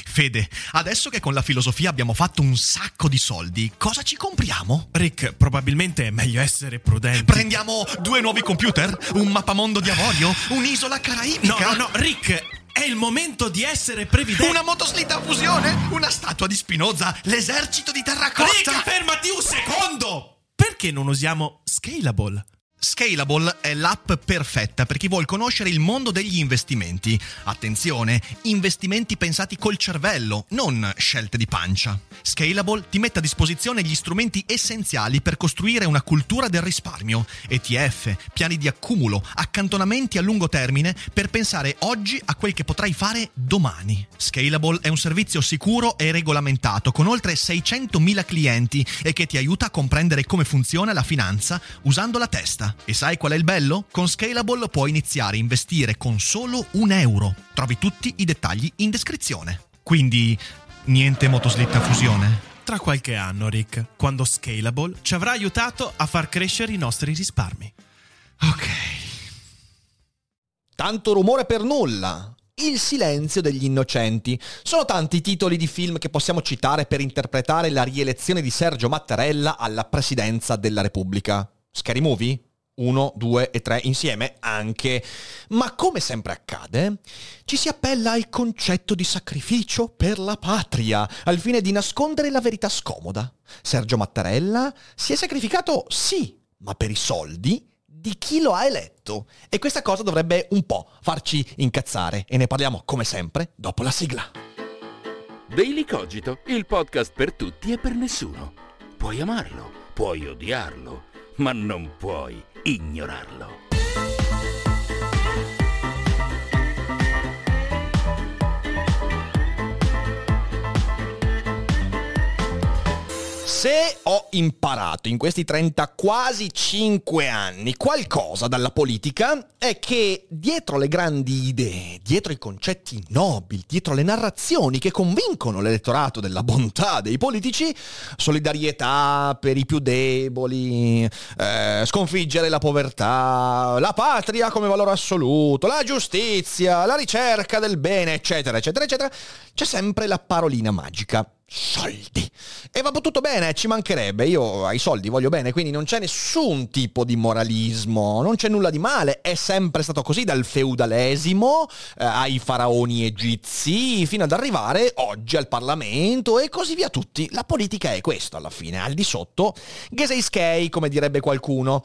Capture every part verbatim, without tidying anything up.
Fede, adesso che con la filosofia abbiamo fatto un sacco di soldi, cosa ci compriamo? Rick, probabilmente è meglio essere prudenti. Prendiamo due nuovi computer? Un mappamondo di avorio? Un'isola caraibica? No, no, no, Rick, è il momento di essere previdenti. Una motoslitta a fusione? Una statua di Spinoza? L'esercito di terracotta? Rick, fermati un secondo! Perché non usiamo Scalable? Scalable è l'app perfetta per chi vuol conoscere il mondo degli investimenti. Attenzione, investimenti pensati col cervello, non scelte di pancia. Scalable ti mette a disposizione gli strumenti essenziali per costruire una cultura del risparmio, E T F, piani di accumulo, accantonamenti a lungo termine per pensare oggi a quel che potrai fare domani. Scalable è un servizio sicuro e regolamentato con oltre seicentomila clienti e che ti aiuta a comprendere come funziona la finanza usando la testa. E sai qual è il bello? Con Scalable puoi iniziare a investire con solo un euro. Trovi tutti i dettagli in descrizione. Quindi, niente motoslitta a fusione? Tra qualche anno, Rick, quando Scalable ci avrà aiutato a far crescere i nostri risparmi. Ok. Tanto rumore per nulla. Il silenzio degli innocenti. Sono tanti i titoli di film che possiamo citare per interpretare la rielezione di Sergio Mattarella alla presidenza della Repubblica. Scary Movie? Uno, due e tre insieme anche. Ma come sempre accade, ci si appella al concetto di sacrificio per la patria, al fine di nascondere la verità scomoda. Sergio Mattarella si è sacrificato, sì, ma per i soldi di chi lo ha eletto. E questa cosa dovrebbe un po' farci incazzare. E ne parliamo, come sempre, dopo la sigla. Daily Cogito, il podcast per tutti e per nessuno. Puoi amarlo, puoi odiarlo, ma non puoi ignorarlo. Se ho imparato in questi trenta quasi cinque anni qualcosa dalla politica è che dietro le grandi idee, dietro i concetti nobili, dietro le narrazioni che convincono l'elettorato della bontà dei politici, solidarietà per i più deboli, eh, sconfiggere la povertà, la patria come valore assoluto, la giustizia, la ricerca del bene, eccetera, eccetera, eccetera, c'è sempre la parolina magica. Soldi. E va tutto bene, ci mancherebbe, io ai soldi voglio bene, quindi non c'è nessun tipo di moralismo, non c'è nulla di male, è sempre stato così dal feudalesimo eh, ai faraoni egizi fino ad arrivare oggi al Parlamento e così via tutti. La politica è questo alla fine, al di sotto Geseiskei, come direbbe qualcuno.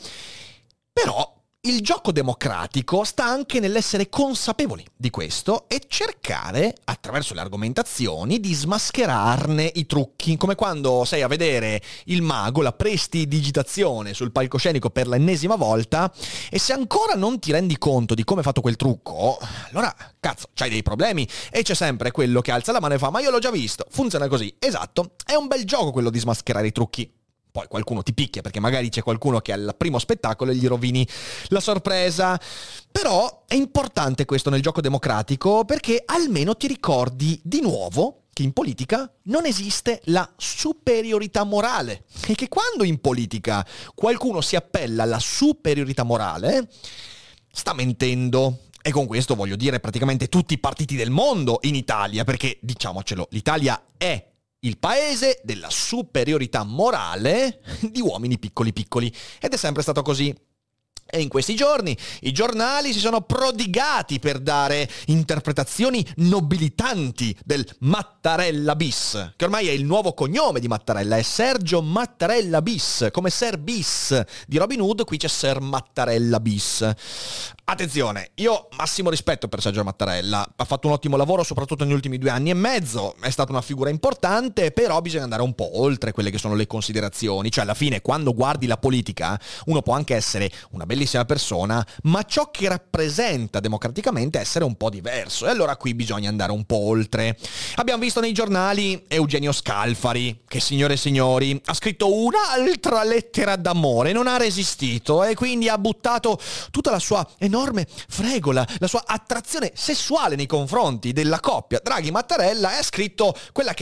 Però il gioco democratico sta anche nell'essere consapevoli di questo e cercare, attraverso le argomentazioni, di smascherarne i trucchi, come quando sei a vedere il mago, la prestidigitazione sul palcoscenico per l'ennesima volta e se ancora non ti rendi conto di come è fatto quel trucco, allora, cazzo, c'hai dei problemi e c'è sempre quello che alza la mano e fa «ma io l'ho già visto, funziona così». Esatto, è un bel gioco quello di smascherare i trucchi. Poi qualcuno ti picchia perché magari c'è qualcuno che al primo spettacolo gli rovini la sorpresa. Però è importante questo nel gioco democratico perché almeno ti ricordi di nuovo che in politica non esiste la superiorità morale. E che quando in politica qualcuno si appella alla superiorità morale, sta mentendo. E con questo voglio dire praticamente tutti i partiti del mondo in Italia, perché diciamocelo, l'Italia è il paese della superiorità morale di uomini piccoli piccoli. Ed è sempre stato così. E in questi giorni i giornali si sono prodigati per dare interpretazioni nobilitanti del Mattarella bis, che ormai è il nuovo cognome di Mattarella, è Sergio Mattarella bis, come Ser bis di Robin Hood, qui c'è Ser Mattarella bis. Attenzione, io massimo rispetto per Sergio Mattarella, ha fatto un ottimo lavoro soprattutto negli ultimi due anni e mezzo, è stata una figura importante, però bisogna andare un po' oltre quelle che sono le considerazioni, cioè alla fine quando guardi la politica uno può anche essere una bellissima persona, ma ciò che rappresenta democraticamente è essere un po' diverso, e allora qui bisogna andare un po' oltre. Abbiamo visto nei giornali Eugenio Scalfari, che signore e signori ha scritto un'altra lettera d'amore, non ha resistito e quindi ha buttato tutta la sua enorme fregola, la sua attrazione sessuale nei confronti della coppia Draghi-Mattarella e ha scritto quella che è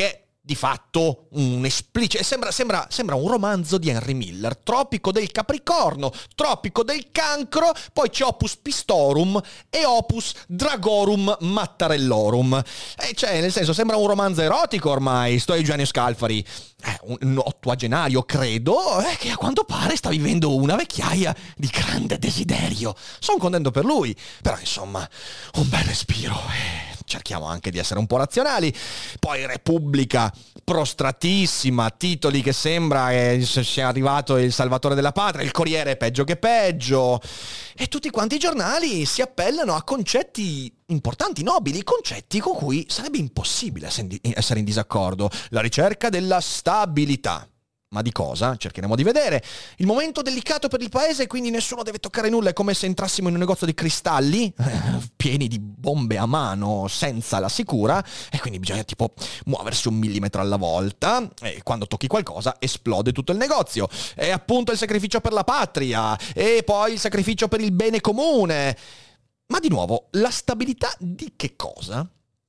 di fatto un esplicito, sembra, sembra, sembra un romanzo di Henry Miller, Tropico del Capricorno, Tropico del Cancro, poi c'è Opus Pistorum e Opus Dragorum Mattarellorum. E cioè, nel senso, sembra un romanzo erotico ormai, sto Eugenio Scalfari, eh, un ottuagenario credo, eh, che a quanto pare sta vivendo una vecchiaia di grande desiderio. Sono contento per lui, però insomma, un bel respiro, eh. Cerchiamo anche di essere un po' razionali. Poi Repubblica prostratissima, titoli che sembra che sia arrivato il salvatore della patria, il Corriere è peggio che peggio, e tutti quanti i giornali si appellano a concetti importanti, nobili, concetti con cui sarebbe impossibile essere in disaccordo. La ricerca della stabilità. Ma di cosa? Cercheremo di vedere. Il momento delicato per il paese, quindi nessuno deve toccare nulla. È come se entrassimo in un negozio di cristalli eh, pieni di bombe a mano senza la sicura, e quindi bisogna tipo muoversi un millimetro alla volta, e quando tocchi qualcosa esplode tutto il negozio. E appunto il sacrificio per la patria, e poi il sacrificio per il bene comune. Ma di nuovo, la stabilità di che cosa?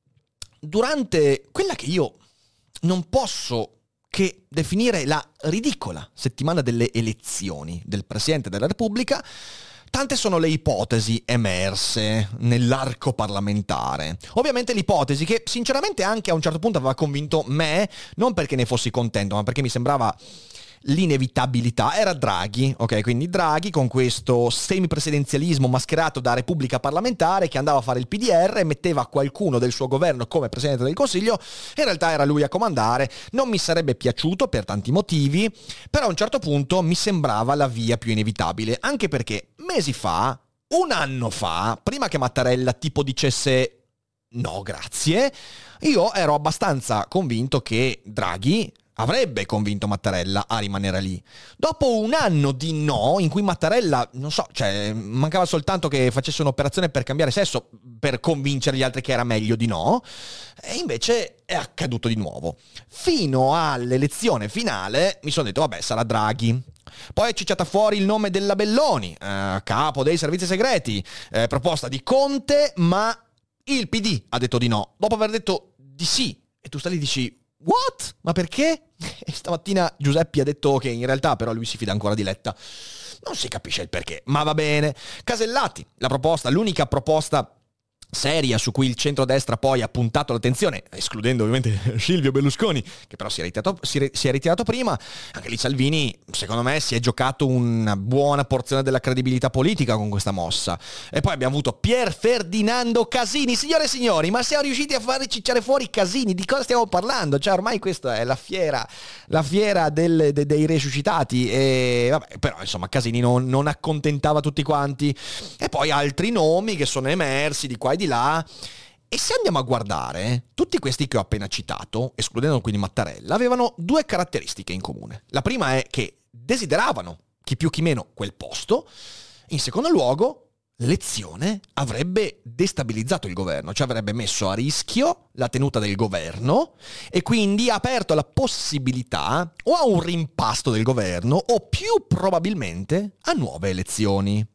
Durante quella che io non posso che definire la ridicola settimana delle elezioni del Presidente della Repubblica, tante sono le ipotesi emerse nell'arco parlamentare. Ovviamente l'ipotesi che sinceramente anche a un certo punto aveva convinto me, non perché ne fossi contento, ma perché mi sembrava l'inevitabilità, era Draghi, ok? Quindi Draghi con questo semipresidenzialismo mascherato da Repubblica parlamentare che andava a fare il P D R e metteva qualcuno del suo governo come Presidente del Consiglio, in realtà era lui a comandare. Non mi sarebbe piaciuto per tanti motivi, però a un certo punto mi sembrava la via più inevitabile, anche perché mesi fa, un anno fa, prima che Mattarella tipo dicesse no grazie, io ero abbastanza convinto che Draghi avrebbe convinto Mattarella a rimanere lì. Dopo un anno di no, in cui Mattarella, non so, cioè mancava soltanto che facesse un'operazione per cambiare sesso, per convincere gli altri che era meglio di no, e invece è accaduto di nuovo. Fino all'elezione finale mi sono detto, vabbè, sarà Draghi. Poi è cicciata fuori il nome della Belloni, eh, capo dei servizi segreti, eh, proposta di Conte, ma il P D ha detto di no, dopo aver detto di sì. E tu stai lì e dici, what? Ma perché? E stamattina Giuseppi ha detto che in realtà però lui si fida ancora di Letta. Non si capisce il perché, ma va bene. Casellati, la proposta, l'unica proposta seria su cui il centrodestra poi ha puntato l'attenzione, escludendo ovviamente Silvio Berlusconi, che però si è ritirato, si è, si è ritirato prima. Anche lì Salvini, secondo me, si è giocato una buona porzione della credibilità politica con questa mossa. E poi abbiamo avuto Pier Ferdinando Casini. Signore e signori, ma siamo riusciti a far cicciare fuori Casini? Di cosa stiamo parlando? Cioè ormai questa è la fiera, la fiera del, de, dei resuscitati. E vabbè, però insomma Casini non, non accontentava tutti quanti. E poi altri nomi che sono emersi di qua e di là. E se andiamo a guardare, tutti questi che ho appena citato, escludendo quindi Mattarella, avevano due caratteristiche in comune. La prima è che desideravano, chi più chi meno, quel posto. In secondo luogo, l'elezione avrebbe destabilizzato il governo, cioè avrebbe messo a rischio la tenuta del governo e quindi aperto la possibilità o a un rimpasto del governo o più probabilmente a nuove elezioni.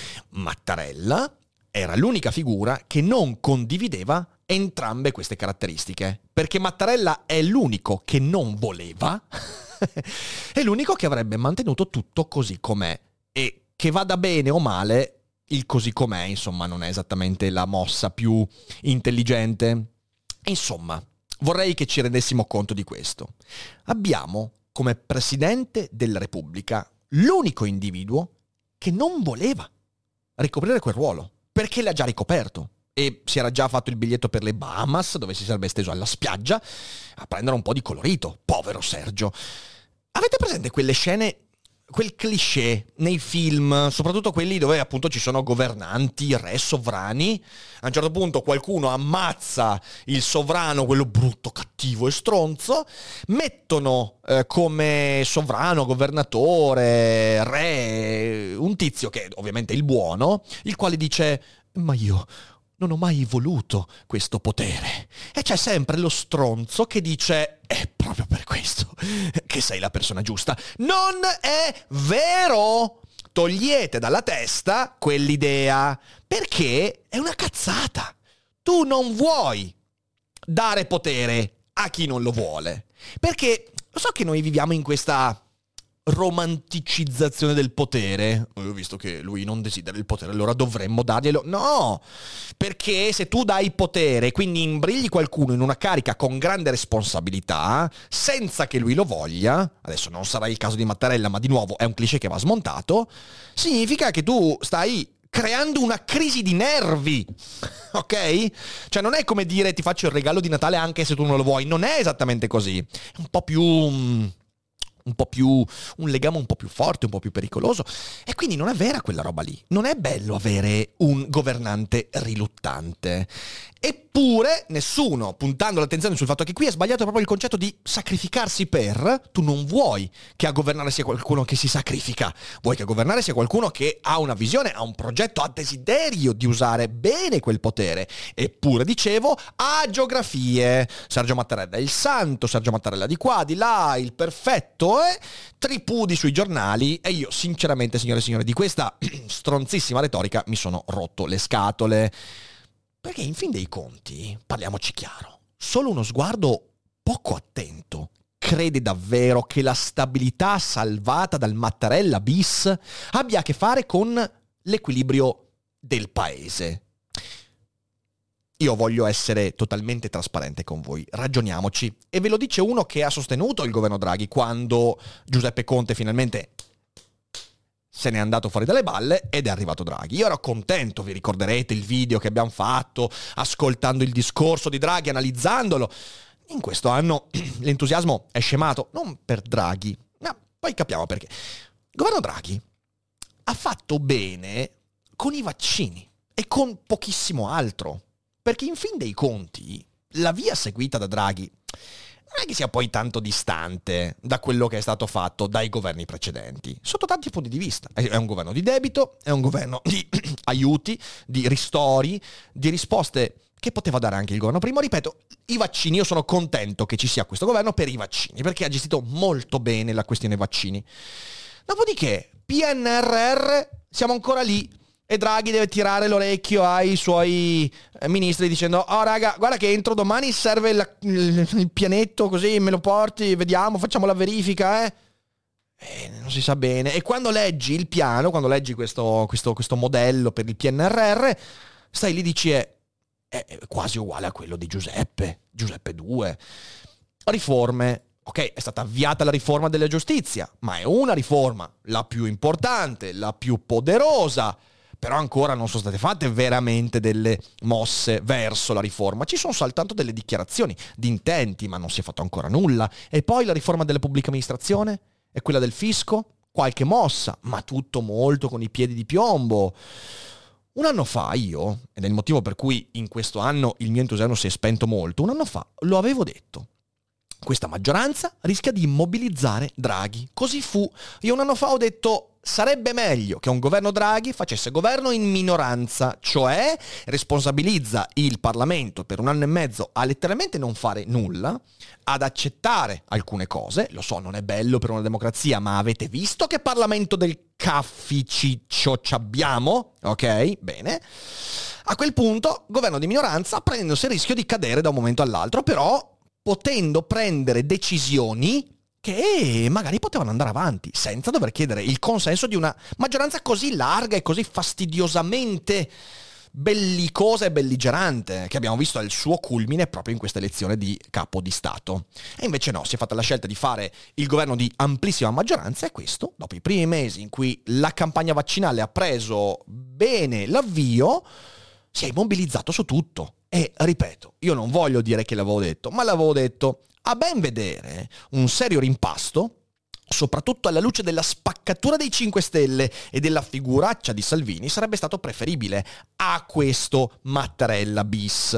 Mattarella era l'unica figura che non condivideva entrambe queste caratteristiche, perché Mattarella è l'unico che non voleva è l'unico che avrebbe mantenuto tutto così com'è, e che vada bene o male, il così com'è, insomma, non è esattamente la mossa più intelligente. Insomma, vorrei che ci rendessimo conto di questo. Abbiamo come Presidente della Repubblica l'unico individuo che non voleva ricoprire quel ruolo, perché l'ha già ricoperto e si era già fatto il biglietto per le Bahamas, dove si sarebbe steso alla spiaggia a prendere un po' di colorito. Povero Sergio. Avete presente quelle scene, quel cliché nei film, soprattutto quelli dove appunto ci sono governanti, re, sovrani? A un certo punto qualcuno ammazza il sovrano, quello brutto, cattivo e stronzo, mettono eh, come sovrano, governatore, re, un tizio che ovviamente è il buono, il quale dice: ma io non ho mai voluto questo potere. E c'è sempre lo stronzo che dice: è proprio per questo che sei la persona giusta. Non è vero! Togliete dalla testa quell'idea, perché è una cazzata. Tu non vuoi dare potere a chi non lo vuole. Perché lo so che noi viviamo in questa romanticizzazione del potere. Ho visto che lui non desidera il potere, allora dovremmo darglielo. No, perché se tu dai potere, quindi imbrigli qualcuno in una carica con grande responsabilità, senza che lui lo voglia, adesso non sarà il caso di Mattarella, ma di nuovo è un cliché che va smontato, significa che tu stai creando una crisi di nervi, ok? Cioè non è come dire ti faccio il regalo di Natale anche se tu non lo vuoi, non è esattamente così, è un po' più... un po' più, un legame un po' più forte, un po' più pericoloso, e quindi non è vera quella roba lì. Non è bello avere un governante riluttante. Eppure nessuno, puntando l'attenzione sul fatto che qui è sbagliato proprio il concetto di sacrificarsi per, tu non vuoi che a governare sia qualcuno che si sacrifica, vuoi che a governare sia qualcuno che ha una visione, ha un progetto, ha desiderio di usare bene quel potere. Eppure, dicevo, ha geografie. Sergio Mattarella è il santo, Sergio Mattarella di qua, di là, il perfetto, eh? Tripudi sui giornali, e io sinceramente, signore e signori, di questa stronzissima retorica mi sono rotto le scatole. Perché in fin dei conti, parliamoci chiaro, solo uno sguardo poco attento crede davvero che la stabilità salvata dal Mattarella bis abbia a che fare con l'equilibrio del paese. Io voglio essere totalmente trasparente con voi, ragioniamoci. E ve lo dice uno che ha sostenuto il governo Draghi quando Giuseppe Conte finalmente se n'è andato fuori dalle balle ed è arrivato Draghi. Io ero contento, vi ricorderete il video che abbiamo fatto, ascoltando il discorso di Draghi, analizzandolo. In questo anno l'entusiasmo è scemato, non per Draghi, ma poi capiamo perché. Il governo Draghi ha fatto bene con i vaccini e con pochissimo altro, perché in fin dei conti la via seguita da Draghi non è che sia poi tanto distante da quello che è stato fatto dai governi precedenti, sotto tanti punti di vista. È un governo di debito, è un governo di aiuti, di ristori, di risposte che poteva dare anche il governo prima. Ripeto, i vaccini, io sono contento che ci sia questo governo per i vaccini, perché ha gestito molto bene la questione vaccini. Dopodiché, P N R R, siamo ancora lì. E Draghi deve tirare l'orecchio ai suoi ministri dicendo oh raga, guarda che entro domani serve la, il, il pianetto, così me lo porti, vediamo, facciamo la verifica, eh? E non si sa bene. E quando leggi il piano, quando leggi questo, questo, questo modello per il P N R R, stai lì e dici è, è quasi uguale a quello di Giuseppe, Giuseppe due. Riforme. Ok, è stata avviata la riforma della giustizia, ma è una riforma, la più importante, la più poderosa. Però ancora non sono state fatte veramente delle mosse verso la riforma. Ci sono soltanto delle dichiarazioni di intenti, ma non si è fatto ancora nulla. E poi la riforma della pubblica amministrazione e quella del fisco? Qualche mossa, ma tutto molto con i piedi di piombo. Un anno fa io, ed è il motivo per cui in questo anno il mio entusiasmo si è spento molto, un anno fa lo avevo detto. Questa maggioranza rischia di immobilizzare Draghi. Così fu. Io un anno fa ho detto sarebbe meglio che un governo Draghi facesse governo in minoranza, cioè responsabilizza il Parlamento per un anno e mezzo a letteralmente non fare nulla, ad accettare alcune cose. Lo so, non è bello per una democrazia, ma avete visto che Parlamento del cafficiccio c'abbiamo? Ok, bene. A quel punto, governo di minoranza, prendendosi il rischio di cadere da un momento all'altro, però potendo prendere decisioni che magari potevano andare avanti, senza dover chiedere il consenso di una maggioranza così larga e così fastidiosamente bellicosa e belligerante, che abbiamo visto al suo culmine proprio in questa elezione di capo di Stato. E invece no, si è fatta la scelta di fare il governo di amplissima maggioranza, e questo, dopo i primi mesi in cui la campagna vaccinale ha preso bene l'avvio, si è immobilizzato su tutto. E ripeto, io non voglio dire che l'avevo detto, ma l'avevo detto. A ben vedere, un serio rimpasto, soprattutto alla luce della spaccatura dei cinque Stelle e della figuraccia di Salvini, sarebbe stato preferibile a questo Mattarella bis.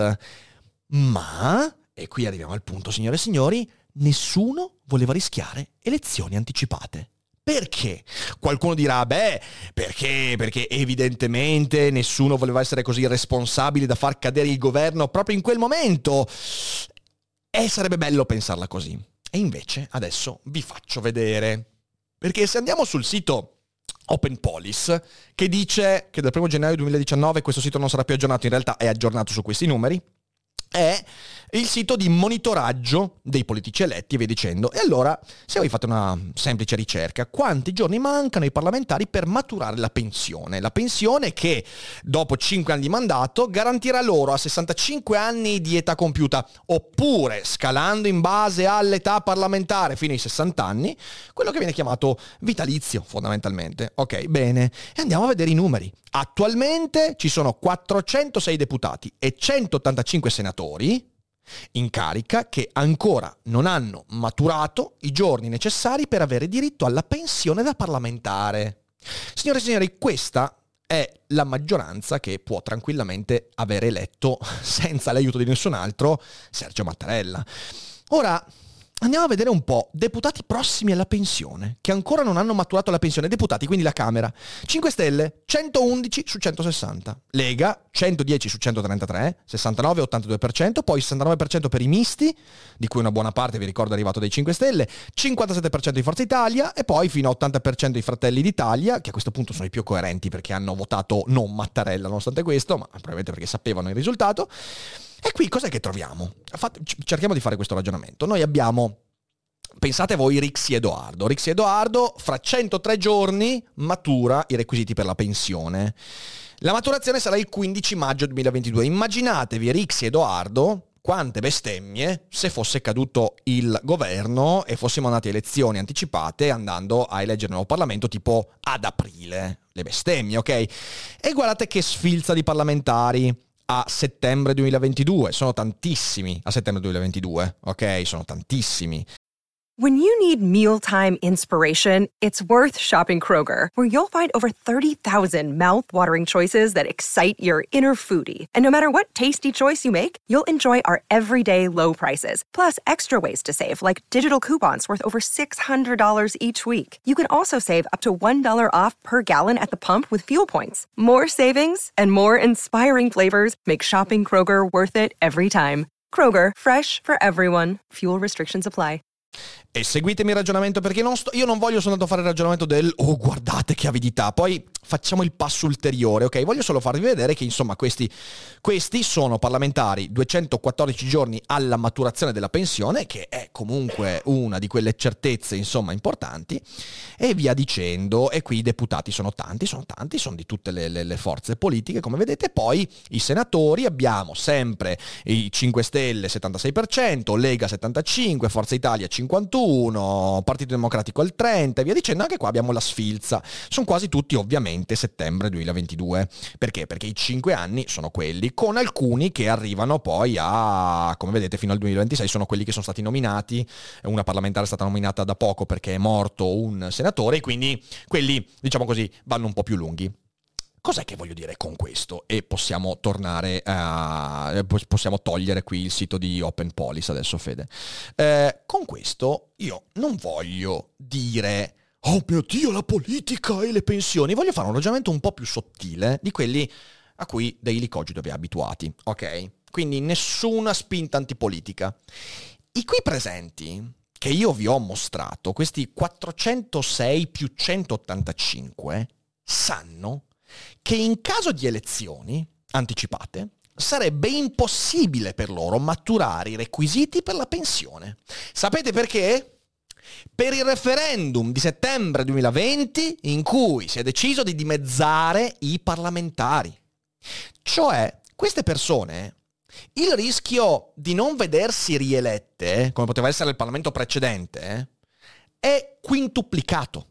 Ma, e qui arriviamo al punto, signore e signori, nessuno voleva rischiare elezioni anticipate. Perché? Qualcuno dirà, beh, perché? Perché evidentemente nessuno voleva essere così irresponsabile da far cadere il governo proprio in quel momento. E sarebbe bello pensarla così. E invece adesso vi faccio vedere. Perché se andiamo sul sito Open Police, che dice che dal primo gennaio duemiladiciannove questo sito non sarà più aggiornato, in realtà è aggiornato su questi numeri, è il sito di monitoraggio dei politici eletti e via dicendo. E allora, se voi fate una semplice ricerca, quanti giorni mancano ai parlamentari per maturare la pensione? La pensione che, dopo cinque anni di mandato, garantirà loro a sessantacinque anni di età compiuta, oppure, scalando in base all'età parlamentare fino ai sessanta anni, quello che viene chiamato vitalizio, fondamentalmente. Ok, bene. E andiamo a vedere i numeri. Attualmente ci sono quattrocentosei deputati e centottantacinque senatori in carica che ancora non hanno maturato i giorni necessari per avere diritto alla pensione da parlamentare. Signore e signori, questa è la maggioranza che può tranquillamente aver eletto, senza l'aiuto di nessun altro, Sergio Mattarella. Ora, andiamo a vedere un po' deputati prossimi alla pensione, che ancora non hanno maturato la pensione. Deputati, quindi la Camera. cinque Stelle, centoundici su centosessanta. Lega, centodieci su centotrentatré, sessantanove ottantadue per cento. Poi sessantanove per cento per i misti, di cui una buona parte, vi ricordo, è arrivato dai cinque Stelle. cinquantasette per cento di Forza Italia. E poi fino a ottanta per cento di Fratelli d'Italia, che a questo punto sono i più coerenti perché hanno votato non Mattarella nonostante questo, ma probabilmente perché sapevano il risultato. E qui cos'è che troviamo? Fate, cerchiamo di fare questo ragionamento. Noi abbiamo, pensate voi, Rixi Edoardo. Rixi Edoardo fra centotré giorni matura i requisiti per la pensione. La maturazione sarà il quindici maggio duemilaventidue. Immaginatevi Rixi Edoardo, quante bestemmie se fosse caduto il governo e fossimo andati a elezioni anticipate andando a eleggere il nuovo Parlamento tipo ad aprile. Le bestemmie, ok? E guardate che sfilza di parlamentari a settembre duemilaventidue, sono tantissimi a settembre duemilaventidue, ok? Sono tantissimi. When you need mealtime inspiration, it's worth shopping Kroger, where you'll find over thirty thousand mouth-watering choices that excite your inner foodie. And no matter what tasty choice you make, you'll enjoy our everyday low prices, plus extra ways to save, like digital coupons worth over six hundred dollars each week. You can also save up to one dollar off per gallon at the pump with fuel points. More savings and more inspiring flavors make shopping Kroger worth it every time. Kroger, fresh for everyone. Fuel restrictions apply. E seguitemi il ragionamento, perché non sto, io non voglio soltanto fare il ragionamento del oh guardate che avidità, poi facciamo il passo ulteriore, ok? Voglio solo farvi vedere che insomma questi, questi sono parlamentari duecentoquattordici giorni alla maturazione della pensione, che è comunque una di quelle certezze insomma importanti, e via dicendo. E qui i deputati sono tanti, sono tanti, sono di tutte le, le, le forze politiche come vedete. Poi i senatori abbiamo sempre i cinque Stelle settantasei per cento, Lega settantacinque, Forza Italia cinquantuno, Partito Democratico al trenta e via dicendo. Anche qua abbiamo la sfilza, sono quasi tutti ovviamente settembre duemilaventidue. Perché? Perché i cinque anni sono quelli, con alcuni che arrivano poi a, come vedete, fino al duemilaventisei sono quelli che sono stati nominati. Una parlamentare è stata nominata da poco perché è morto un senatore, e quindi quelli, diciamo così, vanno un po' più lunghi. Cos'è che voglio dire con questo? E possiamo tornare a... possiamo togliere qui il sito di Open Policy adesso, Fede. Eh, con questo io non voglio dire oh mio Dio, la politica e le pensioni. Voglio fare un ragionamento un po' più sottile di quelli a cui Daily Cogito vi ha abituati, ok? Quindi nessuna spinta antipolitica. I qui presenti, che io vi ho mostrato, questi quattrocentosei più centottantacinque, sanno che in caso di elezioni anticipate sarebbe impossibile per loro maturare i requisiti per la pensione. Sapete perché? Per il referendum di settembre duemilaventi, in cui si è deciso di dimezzare i parlamentari. Cioè, queste persone, il rischio di non vedersi rielette, come poteva essere il Parlamento precedente, è quintuplicato.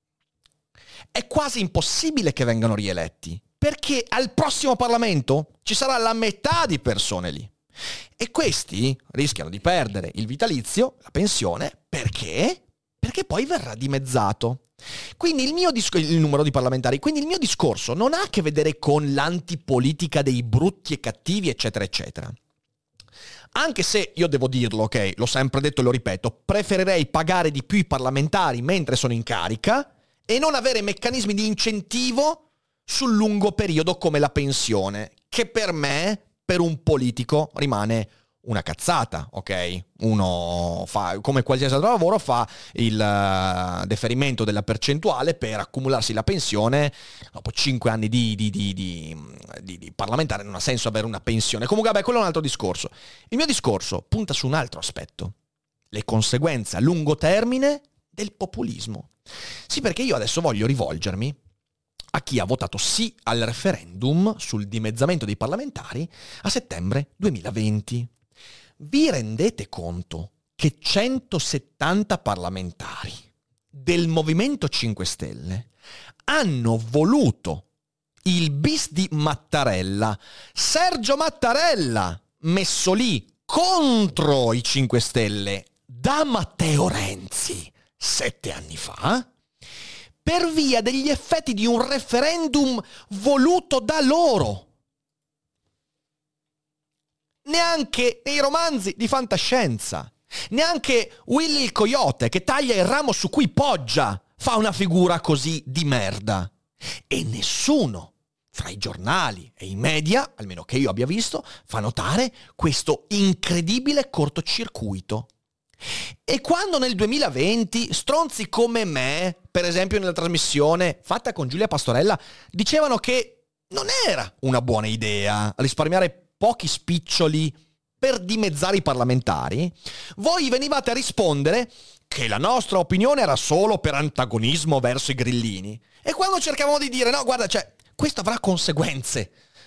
È quasi impossibile che vengano rieletti, perché al prossimo Parlamento ci sarà la metà di persone lì. E questi rischiano di perdere il vitalizio, la pensione, perché? Perché poi verrà dimezzato. Quindi il mio disc- il numero di parlamentari, quindi il mio discorso non ha a che vedere con l'antipolitica dei brutti e cattivi, eccetera, eccetera. Anche se, io devo dirlo, ok, l'ho sempre detto e lo ripeto, preferirei pagare di più i parlamentari mentre sono in carica e non avere meccanismi di incentivo sul lungo periodo come la pensione, che per me, per un politico, rimane una cazzata, ok? Uno fa, come qualsiasi altro lavoro, fa il uh, deferimento della percentuale per accumularsi la pensione. Dopo cinque anni di, di, di, di, di, di parlamentare non ha senso avere una pensione. Comunque, vabbè, quello è un altro discorso. Il mio discorso punta su un altro aspetto: le conseguenze a lungo termine del populismo. Sì, perché io adesso voglio rivolgermi a chi ha votato sì al referendum sul dimezzamento dei parlamentari a settembre duemilaventi. Vi rendete conto che centosettanta parlamentari del Movimento cinque Stelle hanno voluto il bis di Mattarella, Sergio Mattarella, messo lì contro i cinque Stelle da Matteo Renzi sette anni fa, per via degli effetti di un referendum voluto da loro? Neanche nei romanzi di fantascienza, neanche Willy il Coyote, che taglia il ramo su cui poggia, fa una figura così di merda. E nessuno fra i giornali e i media, almeno che io abbia visto, fa notare questo incredibile cortocircuito. E quando nel duemilaventi stronzi come me, per esempio nella trasmissione fatta con Giulia Pastorella, dicevano che non era una buona idea risparmiare pochi spiccioli per dimezzare i parlamentari, voi venivate a rispondere che la nostra opinione era solo per antagonismo verso i grillini. E quando cercavamo di dire no, guarda, cioè, questo avrà conseguenze.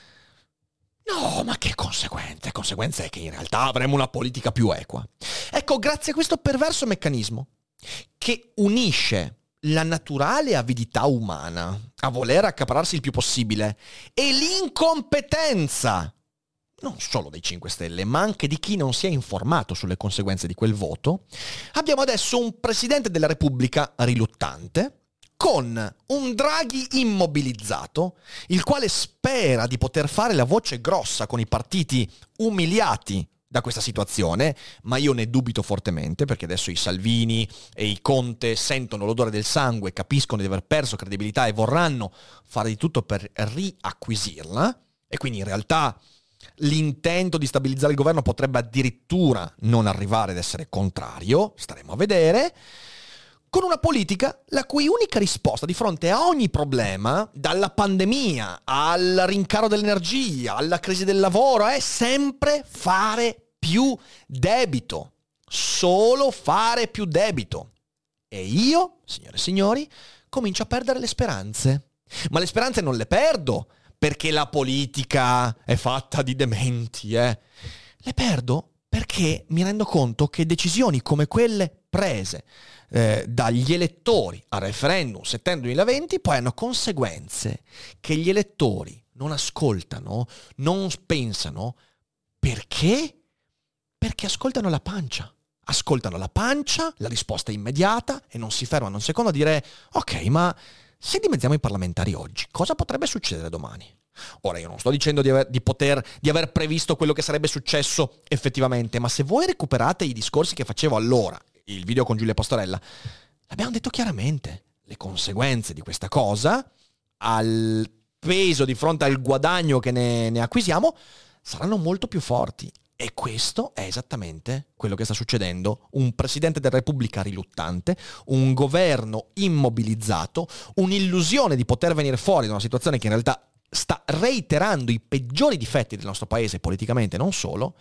No, ma che conseguenze? Conseguenze è che in realtà avremo una politica più equa. Ecco, grazie a questo perverso meccanismo che unisce la naturale avidità umana a voler accaparrarsi il più possibile e l'incompetenza non solo dei cinque Stelle, ma anche di chi non si è informato sulle conseguenze di quel voto, abbiamo adesso un Presidente della Repubblica riluttante, con un Draghi immobilizzato, il quale spera di poter fare la voce grossa con i partiti umiliati da questa situazione, ma io ne dubito fortemente, perché adesso i Salvini e i Conte sentono l'odore del sangue, capiscono di aver perso credibilità e vorranno fare di tutto per riacquisirla, e quindi in realtà l'intento di stabilizzare il governo potrebbe addirittura non arrivare ad essere contrario, staremo a vedere, con una politica la cui unica risposta di fronte a ogni problema, dalla pandemia al rincaro dell'energia, alla crisi del lavoro, è sempre fare più debito, solo fare più debito. E io, signore e signori, comincio a perdere le speranze. Ma le speranze non le perdo perché la politica è fatta di dementi, eh. Le perdo perché mi rendo conto che decisioni come quelle prese eh, dagli elettori al referendum settembre duemilaventi poi hanno conseguenze che gli elettori non ascoltano, non pensano. Perché? Perché ascoltano la pancia. Ascoltano la pancia, la risposta è immediata e non si fermano un secondo a dire ok, ma se dimezziamo i parlamentari oggi, cosa potrebbe succedere domani? Ora, io non sto dicendo di aver, di poter, di aver previsto quello che sarebbe successo effettivamente, ma se voi recuperate i discorsi che facevo allora, il video con Giulia Pastorella, l'abbiamo detto chiaramente, le conseguenze di questa cosa, al peso di fronte al guadagno che ne, ne acquisiamo, saranno molto più forti. E questo è esattamente quello che sta succedendo. Un Presidente della Repubblica riluttante, un governo immobilizzato, un'illusione di poter venire fuori da una situazione che in realtà sta reiterando i peggiori difetti del nostro paese politicamente, non solo,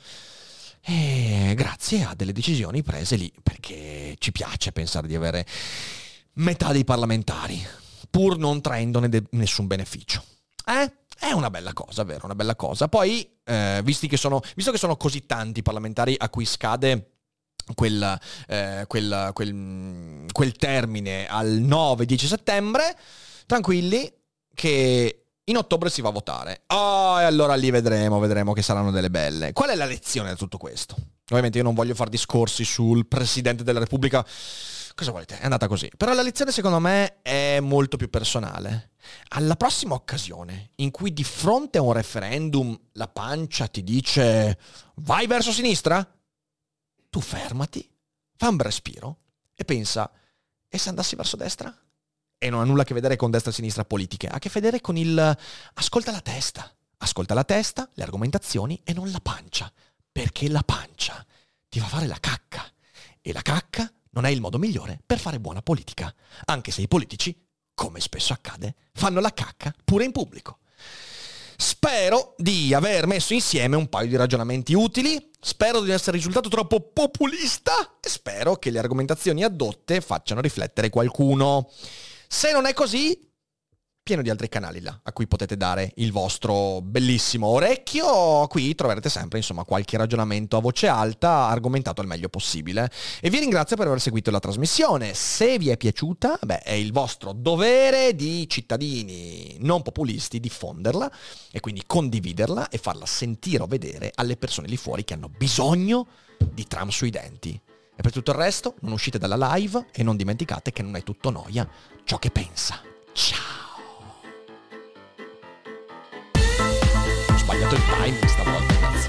e grazie a delle decisioni prese lì, perché ci piace pensare di avere metà dei parlamentari, pur non traendone de- nessun beneficio. Eh? È una bella cosa, vero? Una bella cosa. Poi, eh, visti che sono, visto che sono così tanti parlamentari a cui scade quel, eh, quel, quel, quel termine al nove dieci settembre, tranquilli che in ottobre si va a votare. Oh, e allora lì vedremo, vedremo che saranno delle belle. Qual è la lezione da tutto questo? Ovviamente io non voglio fare discorsi sul Presidente della Repubblica. Cosa volete? È andata così. Però la lezione secondo me è molto più personale. Alla prossima occasione in cui di fronte a un referendum la pancia ti dice vai verso sinistra, tu fermati, fai un bel respiro e pensa, e se andassi verso destra? E non ha nulla a che vedere con destra e sinistra politiche, ha a che vedere con il ascolta la testa, ascolta la testa, le argomentazioni e non la pancia. Perché la pancia ti fa fare la cacca. E la cacca non è il modo migliore per fare buona politica. Anche se i politici, come spesso accade, fanno la cacca pure in pubblico. Spero di aver messo insieme un paio di ragionamenti utili, spero di non essere risultato troppo populista e spero che le argomentazioni addotte facciano riflettere qualcuno. Se non è così, pieno di altri canali là a cui potete dare il vostro bellissimo orecchio. Qui troverete sempre, insomma, qualche ragionamento a voce alta argomentato al meglio possibile. E vi ringrazio per aver seguito la trasmissione. Se vi è piaciuta, beh, è il vostro dovere di cittadini non populisti diffonderla e quindi condividerla e farla sentire o vedere alle persone lì fuori che hanno bisogno di tram sui denti. E per tutto il resto, non uscite dalla live e non dimenticate che non è tutto noia ciò che pensa. Ciao! Ho sbagliato il timing stavolta, ragazzi.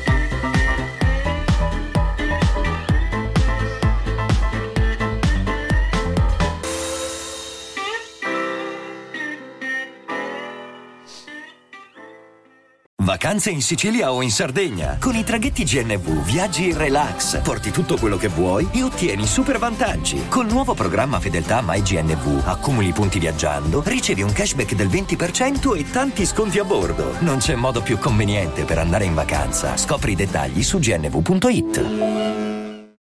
Vacanze in Sicilia o in Sardegna. Con i traghetti G N V viaggi in relax, porti tutto quello che vuoi e ottieni super vantaggi. Col nuovo programma Fedeltà MyGNV accumuli punti viaggiando, ricevi un cashback del venti per cento e tanti sconti a bordo. Non c'è modo più conveniente per andare in vacanza. Scopri i dettagli su gnv punto it.